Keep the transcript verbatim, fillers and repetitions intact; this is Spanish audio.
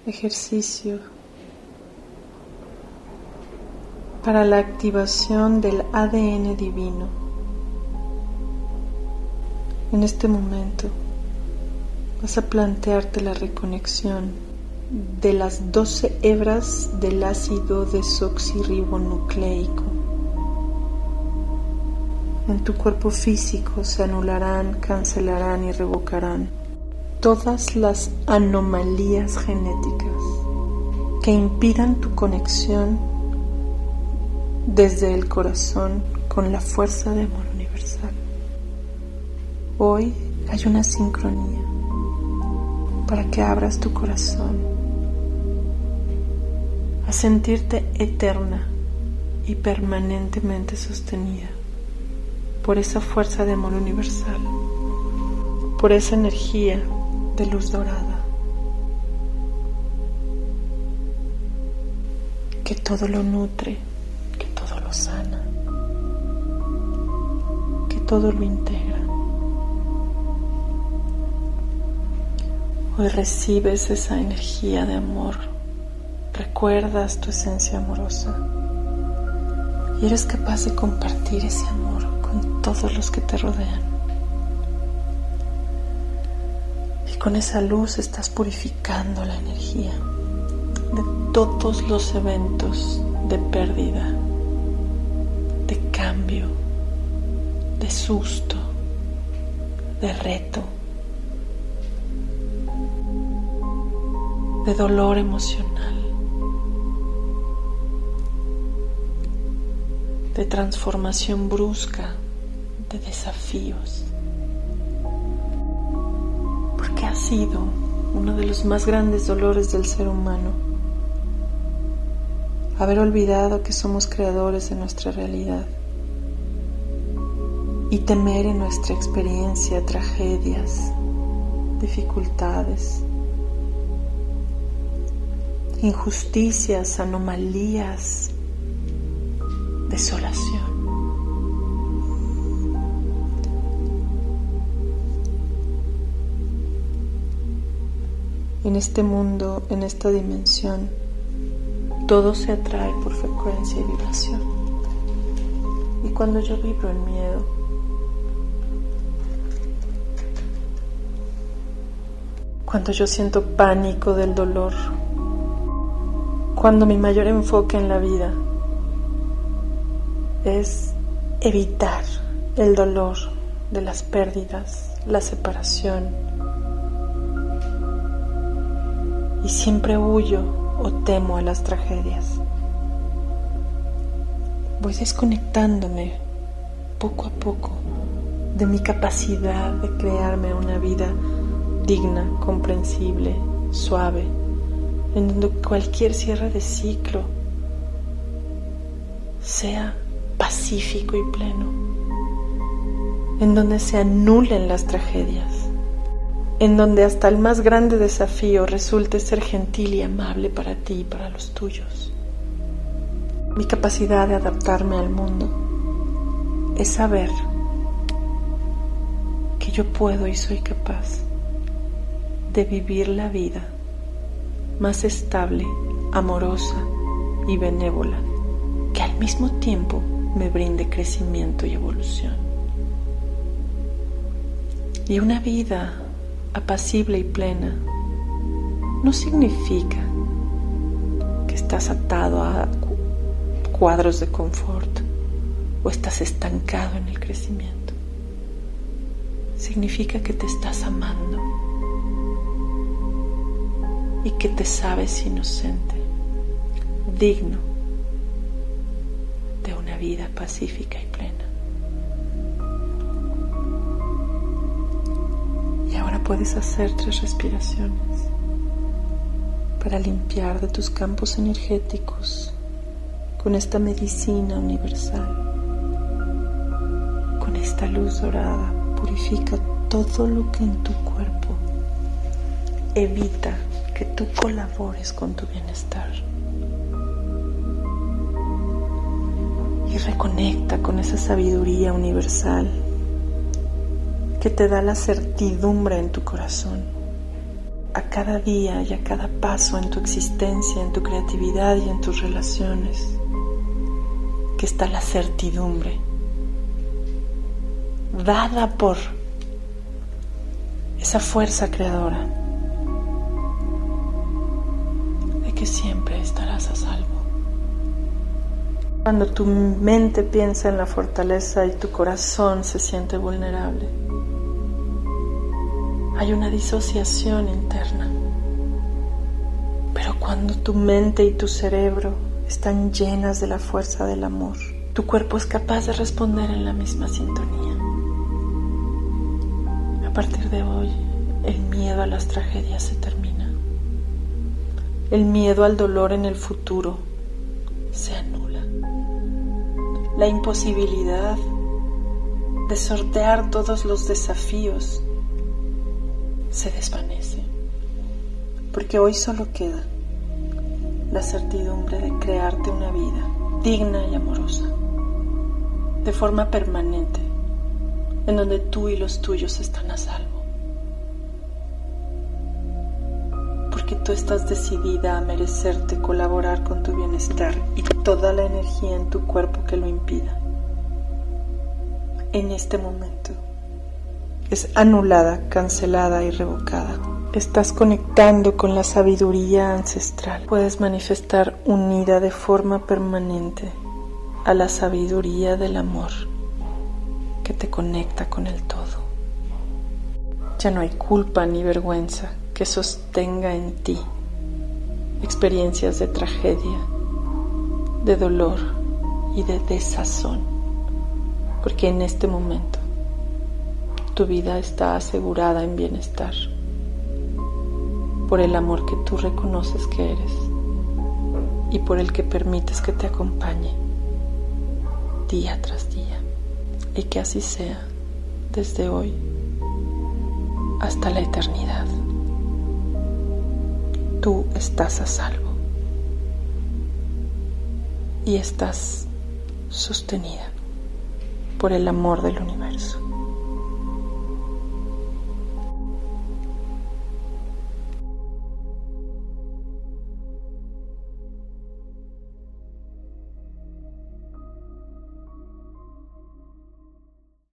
ejercicio para la activación del A D N divino. En este momento vas a plantearte la reconexión de las doce hebras del ácido desoxirribonucleico. En tu cuerpo físico se anularán, cancelarán y revocarán todas las anomalías genéticas que impidan tu conexión desde el corazón con la fuerza de amor universal. Hoy hay una sincronía para que abras tu corazón a sentirte eterna y permanentemente sostenida por esa fuerza de amor universal, por esa energía de luz dorada, que todo lo nutre, que todo lo sana, que todo lo integra. Hoy recibes esa energía de amor, recuerdas tu esencia amorosa y eres capaz de compartir ese amor con todos los que te rodean. Y con esa luz estás purificando la energía de todos los eventos de pérdida, de cambio, de susto, de reto, de dolor emocional, de transformación brusca, de desafíos, porque ha sido uno de los más grandes dolores del ser humano haber olvidado que somos creadores de nuestra realidad y temer en nuestra experiencia tragedias, dificultades, injusticias, anomalías, desolación. En este mundo, en esta dimensión, todo se atrae por frecuencia y vibración. Y cuando yo vibro en miedo, cuando yo siento pánico del dolor, cuando mi mayor enfoque en la vida es evitar el dolor de las pérdidas, la separación, y siempre huyo o temo a las tragedias, voy desconectándome poco a poco de mi capacidad de crearme una vida digna, comprensible, suave, en donde cualquier cierre de ciclo sea pacífico y pleno, en donde se anulen las tragedias, en donde hasta el más grande desafío resulte ser gentil y amable para ti y para los tuyos. Mi capacidad de adaptarme al mundo es saber que yo puedo y soy capaz de vivir la vida más estable, amorosa y benévola, que al mismo tiempo me brinde crecimiento y evolución. Y una vida apacible y plena no significa que estás atado a cuadros de confort o estás estancado en el crecimiento. Significa que te estás amando y que te sabes inocente, digno de una vida pacífica y plena. Y ahora puedes hacer tres respiraciones para limpiar de tus campos energéticos con esta medicina universal. Con esta luz dorada purifica todo lo que en tu cuerpo evita que tú colabores con tu bienestar. Y reconecta con esa sabiduría universal que te da la certidumbre en tu corazón a cada día y a cada paso en tu existencia, en tu creatividad y en tus relaciones, que está la certidumbre dada por esa fuerza creadora de que siempre estarás a salvo. Cuando tu mente piensa en la fortaleza y tu corazón se siente vulnerable, hay una disociación interna. Pero cuando tu mente y tu cerebro están llenas de la fuerza del amor, tu cuerpo es capaz de responder en la misma sintonía. A partir de hoy, el miedo a las tragedias se termina. El miedo al dolor en el futuro se anula. La imposibilidad de sortear todos los desafíos se desvanece, porque hoy solo queda la certidumbre de crearte una vida digna y amorosa, de forma permanente, en donde tú y los tuyos están a salvo, porque tú estás decidida a merecerte colaborar con tu bienestar y toda la energía en tu cuerpo que lo impida, en este momento, es anulada, cancelada y revocada. Estás conectando con la sabiduría ancestral. Puedes manifestar unida de forma permanente a la sabiduría del amor que te conecta con el todo. Ya no hay culpa ni vergüenza que sostenga en ti experiencias de tragedia, de dolor y de desazón, porque en este momento tu vida está asegurada en bienestar por el amor que tú reconoces que eres y por el que permites que te acompañe día tras día, y que así sea desde hoy hasta la eternidad. Tú estás a salvo y estás sostenida por el amor del universo.